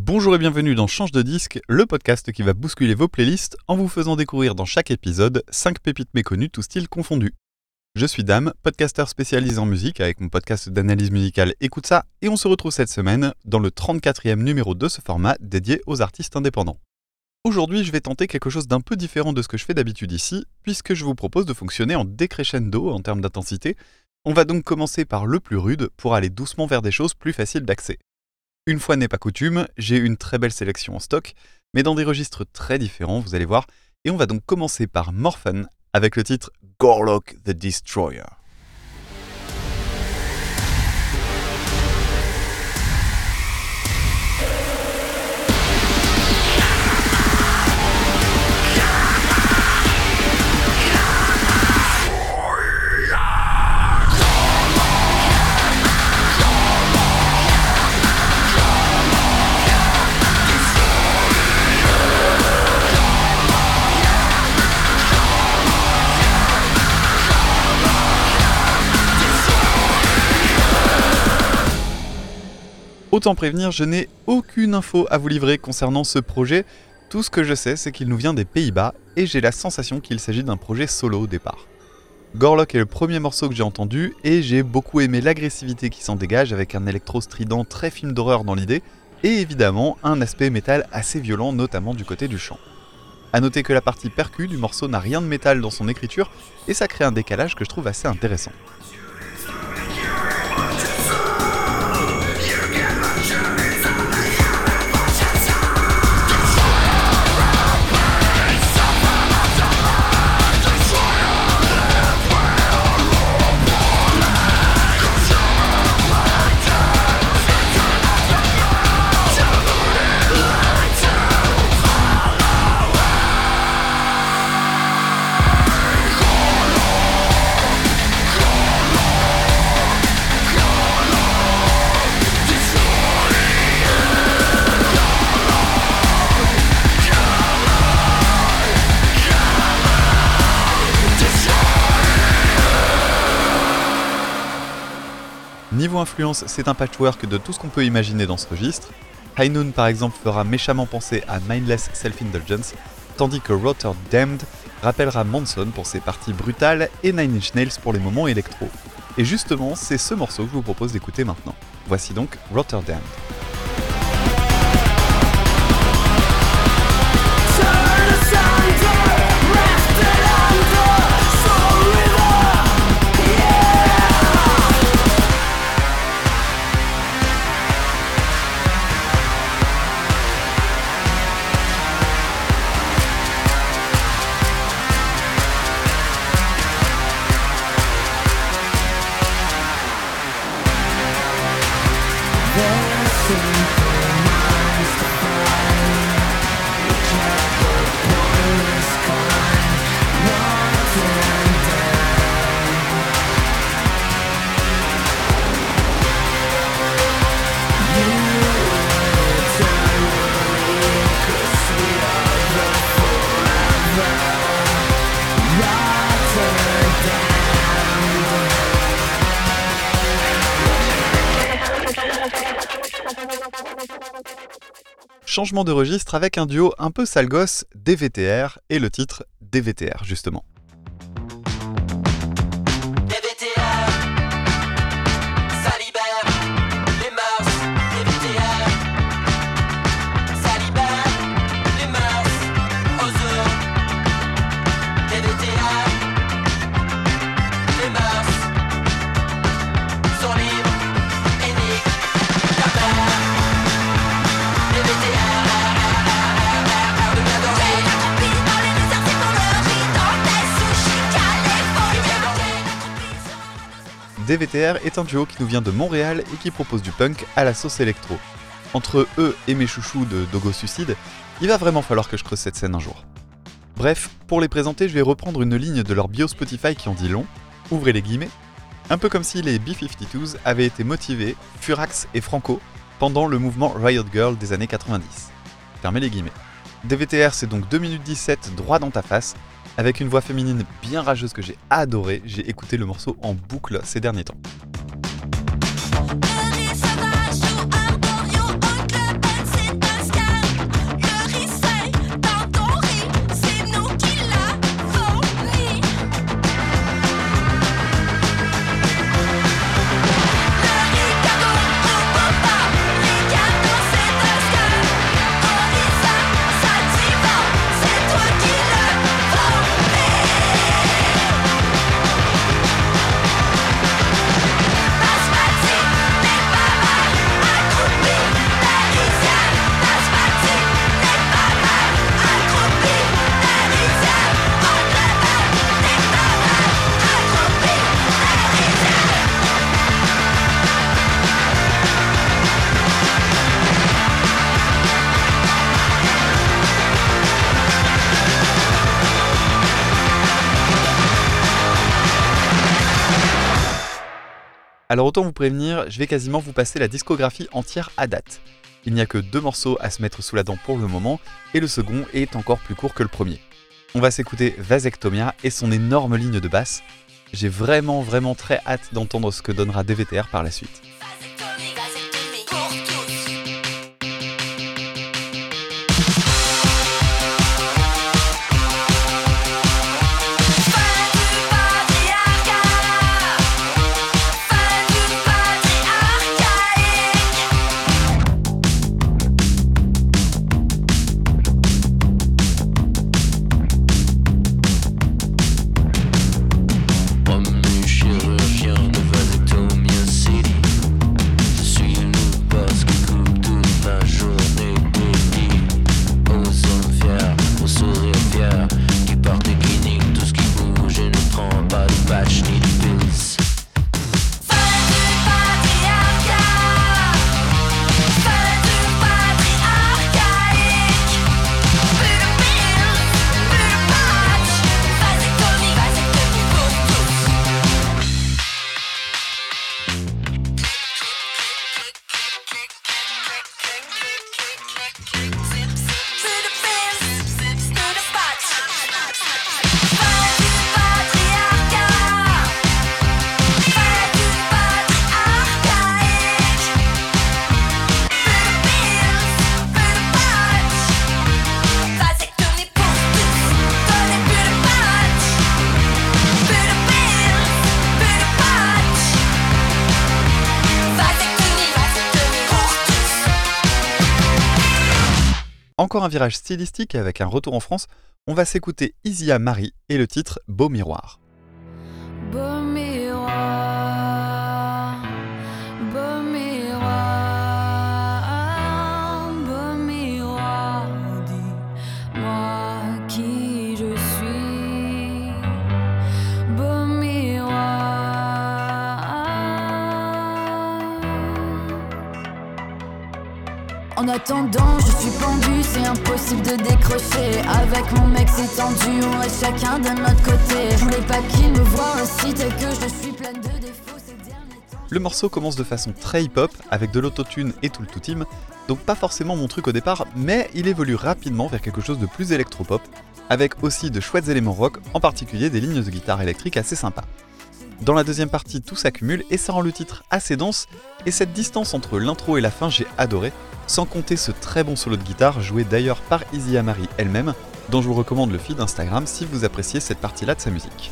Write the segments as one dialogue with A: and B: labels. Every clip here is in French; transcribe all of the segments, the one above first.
A: Bonjour et bienvenue dans Change de disque, le podcast qui va bousculer vos playlists en vous faisant découvrir dans chaque épisode 5 pépites méconnues, tous styles confondus. Je suis Dame, podcasteur spécialisé en musique avec mon podcast d'analyse musicale Écoute ça, et on se retrouve cette semaine dans le 34e numéro de ce format dédié aux artistes indépendants. Aujourd'hui, je vais tenter quelque chose d'un peu différent de ce que je fais d'habitude ici, puisque je vous propose de fonctionner en décrescendo en termes d'intensité. On va donc commencer par le plus rude pour aller doucement vers des choses plus faciles d'accès. Une fois n'est pas coutume, j'ai une très belle sélection en stock, mais dans des registres très différents, vous allez voir, et on va donc commencer par Morphan avec le titre Gorlock the Destroyer. Autant prévenir, je n'ai aucune info à vous livrer concernant ce projet. Tout ce que je sais, c'est qu'il nous vient des Pays-Bas et j'ai la sensation qu'il s'agit d'un projet solo au départ. Gorlock est le premier morceau que j'ai entendu et j'ai beaucoup aimé l'agressivité qui s'en dégage avec un électro strident très film d'horreur dans l'idée et évidemment un aspect métal assez violent, notamment du côté du chant. A noter que la partie percu du morceau n'a rien de métal dans son écriture et ça crée un décalage que je trouve assez intéressant. Niveau influence, c'est un patchwork de tout ce qu'on peut imaginer dans ce registre. High Noon par exemple fera méchamment penser à Mindless Self-Indulgence, tandis que Rotterdamned rappellera Manson pour ses parties brutales et Nine Inch Nails pour les moments électro. Et justement, c'est ce morceau que je vous propose d'écouter maintenant. Voici donc Rotterdamned. Changement de registre avec un duo un peu sale gosse, DVTR, et le titre DVTR justement. DVTR est un duo qui nous vient de Montréal et qui propose du punk à la sauce électro. Entre eux et mes chouchous de Dogo Suicide, il va vraiment falloir que je creuse cette scène un jour. Bref, pour les présenter, je vais reprendre une ligne de leur bio Spotify qui en dit long, ouvrez les guillemets, un peu comme si les B-52s avaient été motivés, Furax et Franco, pendant le mouvement Riot Girl des années 90. Fermez les guillemets. DVTR c'est donc 2 minutes 17 droit dans ta face, avec une voix féminine bien rageuse que j'ai adorée. J'ai écouté le morceau en boucle ces derniers temps. Alors autant vous prévenir, je vais quasiment vous passer la discographie entière à date. Il n'y a que 2 morceaux à se mettre sous la dent pour le moment, et le second est encore plus court que le premier. On va s'écouter Vasectomia et son énorme ligne de basse. J'ai vraiment très hâte d'entendre ce que donnera DVTR par la suite. Encore un virage stylistique avec un retour en France, on va s'écouter Isia Marie et le titre Beau Miroir.
B: Beau miroir, beau miroir, beau miroir, dis-moi qui je suis. Beau miroir. En attendant, je suis pendu, c'est impossible de décrocher. Avec mon mec c'est tendu, on est chacun de notre côté. Je voulais pas qu'il me voie aussi tel que je suis pleine de défauts ces derniers temps.
A: Le morceau commence de façon très hip-hop, avec de l'autotune et tout le tout-team, donc pas forcément mon truc au départ, mais il évolue rapidement vers quelque chose de plus électropop, avec aussi de chouettes éléments rock, en particulier des lignes de guitare électrique assez sympas. Dans la deuxième partie, tout s'accumule et ça rend le titre assez dense, et cette distance entre l'intro et la fin, j'ai adoré, sans compter ce très bon solo de guitare joué d'ailleurs par Isia Marie elle-même, dont je vous recommande le feed Instagram si vous appréciez cette partie-là de sa musique.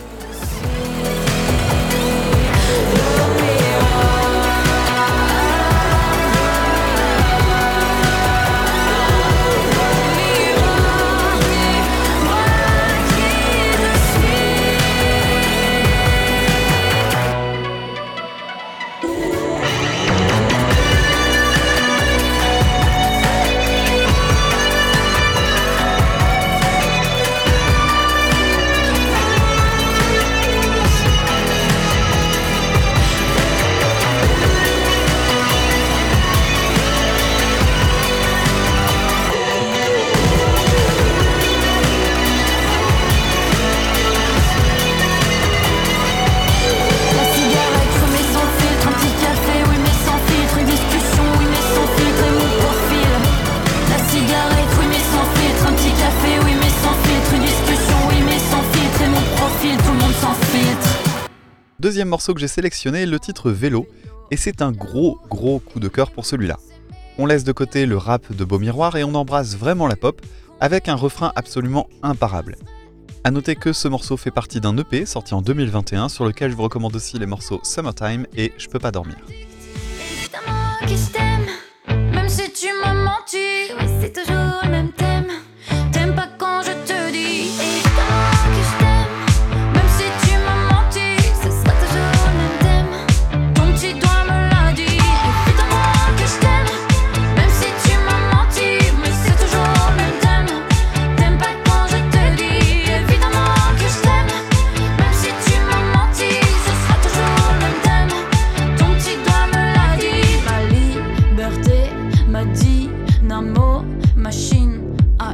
A: Deuxième morceau que j'ai sélectionné, le titre Vélo, et c'est un gros coup de cœur pour celui-là. On laisse de côté le rap de Beau Miroir et on embrasse vraiment la pop, avec un refrain absolument imparable. A noter que ce morceau fait partie d'un EP sorti en 2021 sur lequel je vous recommande aussi les morceaux Summertime et Je peux pas dormir.
B: Évidemment que je t'aime, même si tu m'as menti, oui c'est toujours le même thème. T'aimes pas quand je te dis. Évidemment que je t'aime, même si tu m'as menti, ce sera toujours le même thème. Ton petit doigt me l'a dit. Évidemment que je t'aime, même si tu m'as menti, mais c'est toujours le même thème. T'aimes pas quand je te dis. Évidemment que je t'aime, même si tu m'as menti, ce sera toujours le même thème. Ton petit doigt me l'a dit. Ma liberté m'a dit dynamo, machine à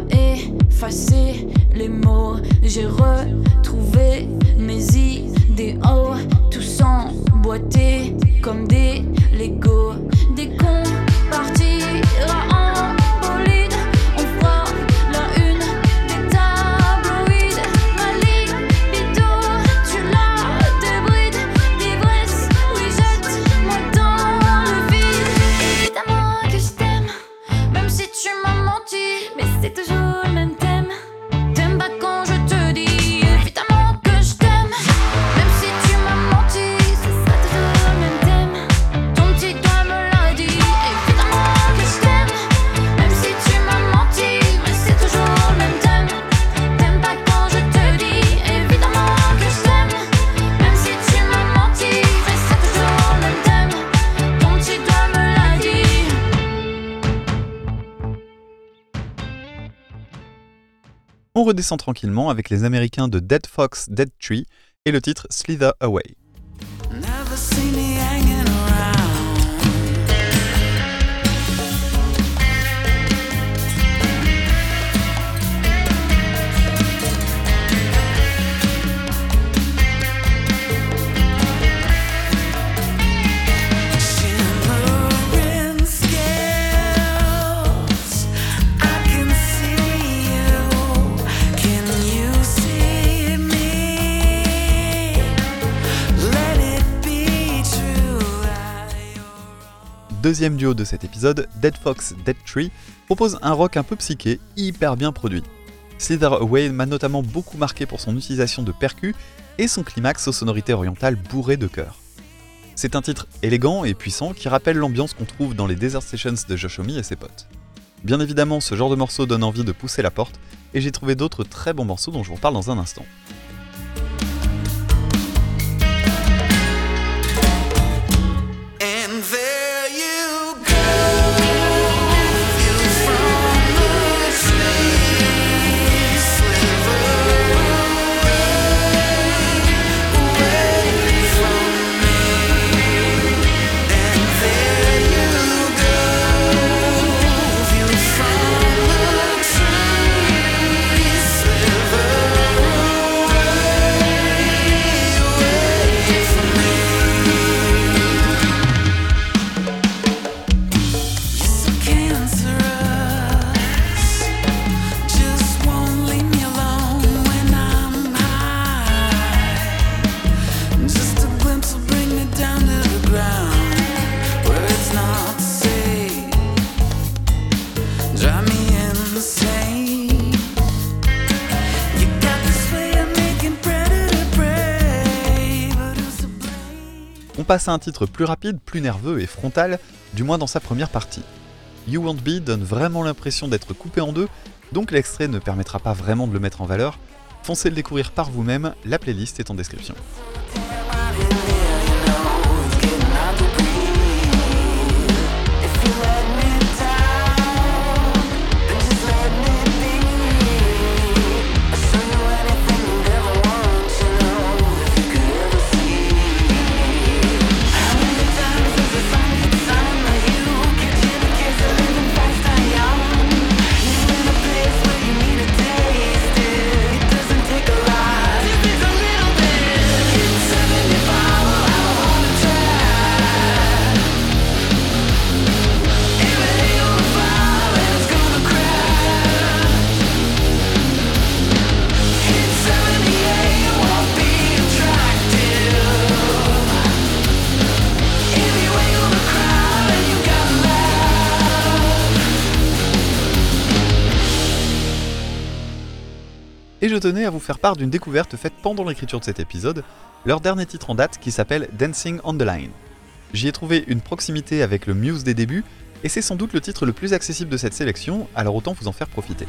B: effacer les mots. J'ai retrouvé mes idéaux, tout sens boiter comme des Lego. Dès qu'on partira en bolide, on fera la une des tabloïds. Ma libido, tu la débrides. L'ivresse, oui, jette-moi dans le vide. Évidemment que je t'aime, même si tu m'as menti, mais c'est toujours le même thème. T'aimes pas quand je te dis évidemment que je t'aime, même si tu m'as menti, ce sera toujours le même thème. Ton petit doigt me l'a dit, évidemment que je t'aime, même si tu m'as menti, mais c'est toujours le même thème. T'aimes pas quand je te dis évidemment que je t'aime, même si tu m'as menti, mais c'est toujours le même thème. Ton petit doigt me l'a dit.
A: On redescend tranquillement avec les Américains de Dead Fox, Dead Tree et le titre Slither Away.
C: Never see me hanging around. Shimmering scales, I can see you. Can you see me? Let it be true that you're
A: Deuxième duo de cet épisode, Dead Fox, Dead Tree, propose un rock un peu psyché, hyper bien produit. Slither Away m'a notamment beaucoup marqué pour son utilisation de percus et son climax aux sonorités orientales bourrées de chœurs. C'est un titre élégant et puissant qui rappelle l'ambiance qu'on trouve dans les Desert Sessions de Josh Homme et ses potes. Bien évidemment, ce genre de morceau donne envie de pousser la porte, et j'ai trouvé d'autres très bons morceaux dont je vous reparle dans un instant.
C: And there you go, you from the trees, slither away from me. And there you go, you from the trees, slither away from me. You're so cancerous, just won't leave me alone when I'm high. Just a glimpse will bring me down to the ground where it's not safe. Drive me insane. You got this way of making predator prey, but who's to blame?
A: On passe à un titre plus rapide, plus nerveux et frontal, du moins dans sa première partie. You Won't Be donne vraiment l'impression d'être coupé en deux, donc l'extrait ne permettra pas vraiment de le mettre en valeur. Foncez le découvrir par vous-même, la playlist est en description. Et je tenais à vous faire part d'une découverte faite pendant l'écriture de cet épisode, leur dernier titre en date qui s'appelle Dancing on the Line. J'y ai trouvé une proximité avec le Muse des débuts, et c'est sans doute le titre le plus accessible de cette sélection, alors autant vous en faire profiter.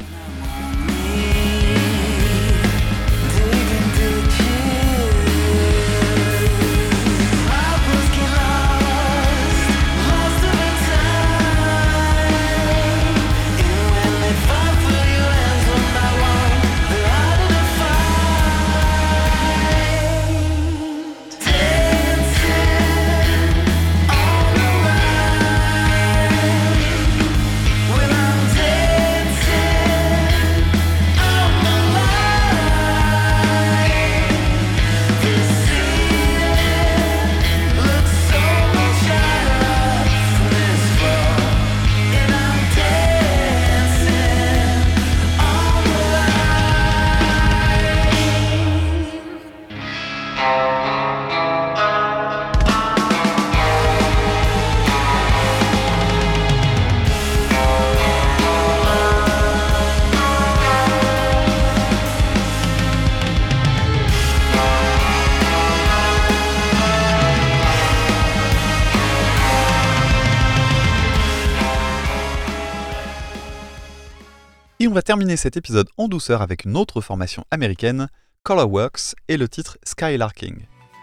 A: Et on va terminer cet épisode en douceur avec une autre formation américaine, Colorworks, et le titre Skylarking.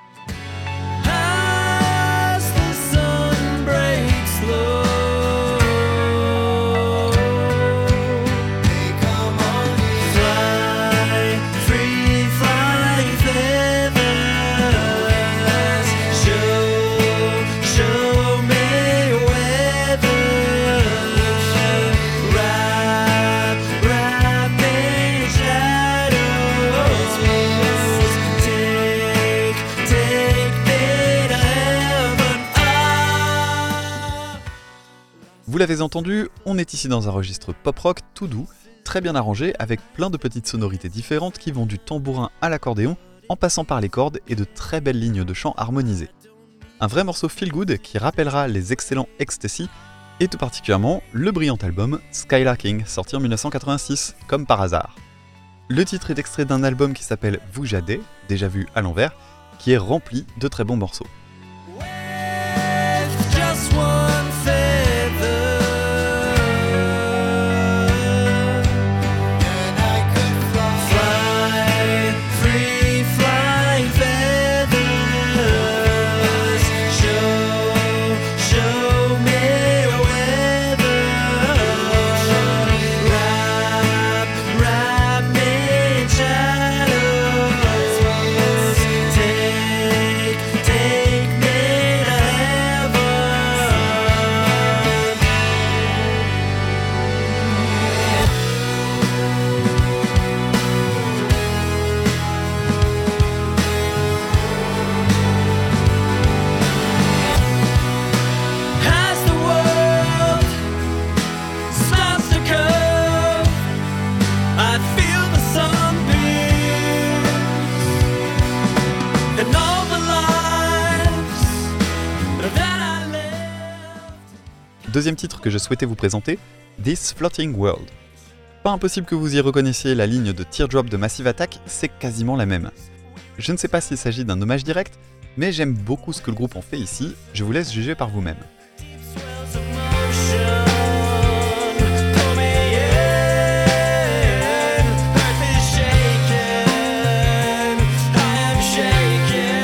C: As the sun breaks low, come on, fly free, flying feathers. Show me weather. Wrap in shadows. Take me to heaven.
A: Vous l'avez entendu, on est ici dans un registre pop-rock tout doux, très bien arrangé, avec plein de petites sonorités différentes qui vont du tambourin à l'accordéon, en passant par les cordes et de très belles lignes de chant harmonisées. Un vrai morceau feel-good qui rappellera les excellents Ecstasy, et tout particulièrement le brillant album Skylarking, sorti en 1986, comme par hasard. Le titre est extrait d'un album qui s'appelle Vujade, déjà vu à l'envers, qui est rempli de très bons morceaux.
C: With just one feather, and I could fly free, flying feathers. Show me weather. Wrap me in shadows. Take me to heaven. As the world starts to curve, I feel the sunbeams and all the lives that I lived.
A: Deuxième titre que je souhaitais vous présenter, This Floating World. Pas impossible que vous y reconnaissiez la ligne de Teardrop de Massive Attack, c'est quasiment la même. Je ne sais pas s'il s'agit d'un hommage direct, mais j'aime beaucoup ce que le groupe en fait ici, je vous laisse juger par vous-même.
C: Swells of motion, pull me in. Earth is shaking, I am shaking.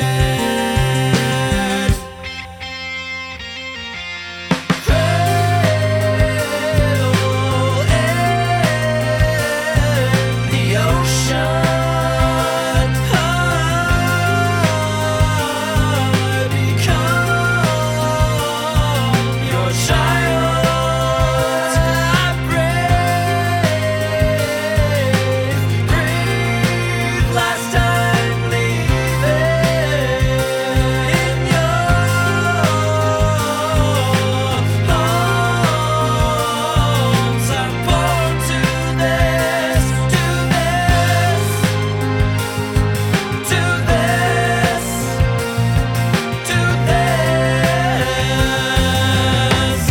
C: The ocean, I become your child. I breathe last time leaving in your arms. I'm born to this, to this, to this, to this.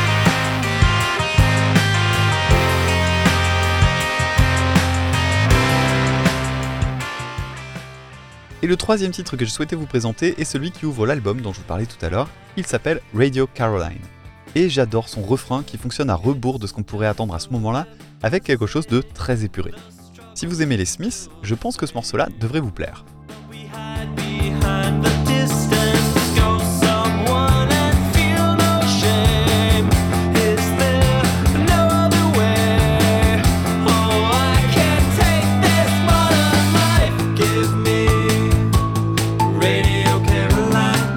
A: Et le troisième titre que je souhaitais vous présenter est celui qui ouvre l'album dont je vous parlais tout à l'heure, il s'appelle Radio Caroline. Et j'adore son refrain qui fonctionne à rebours de ce qu'on pourrait attendre à ce moment-là, avec quelque chose de très épuré. Si vous aimez les Smiths, je pense que ce morceau-là devrait vous plaire.
C: We hide behind the distance, go someone and feel no shame. Is there no other way? Oh, I can't take this modern life. Give me Radio Caroline,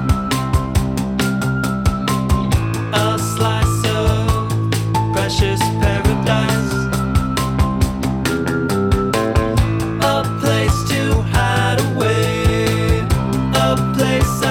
C: a slice of precious paradise, a place to hide away, a place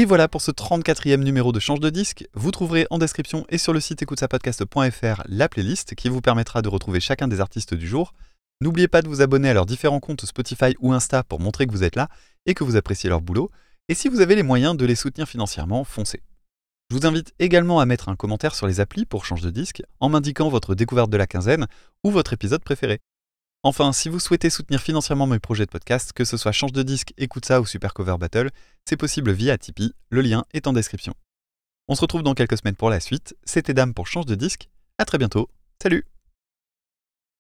A: Et voilà pour ce 34e numéro de Change de disque. Vous trouverez en description et sur le site écoutesapodcast.fr la playlist qui vous permettra de retrouver chacun des artistes du jour. N'oubliez pas de vous abonner à leurs différents comptes Spotify ou Insta pour montrer que vous êtes là et que vous appréciez leur boulot. Et si vous avez les moyens de les soutenir financièrement, foncez. Je vous invite également à mettre un commentaire sur les applis pour Change de disque en m'indiquant votre découverte de la quinzaine ou votre épisode préféré. Enfin, si vous souhaitez soutenir financièrement mes projets de podcast, que ce soit Change de disque, Écoute ça ou Super Cover Battle, c'est possible via Tipeee, le lien est en description. On se retrouve dans quelques semaines pour la suite, c'était Dame pour Change de disque, à très bientôt, salut!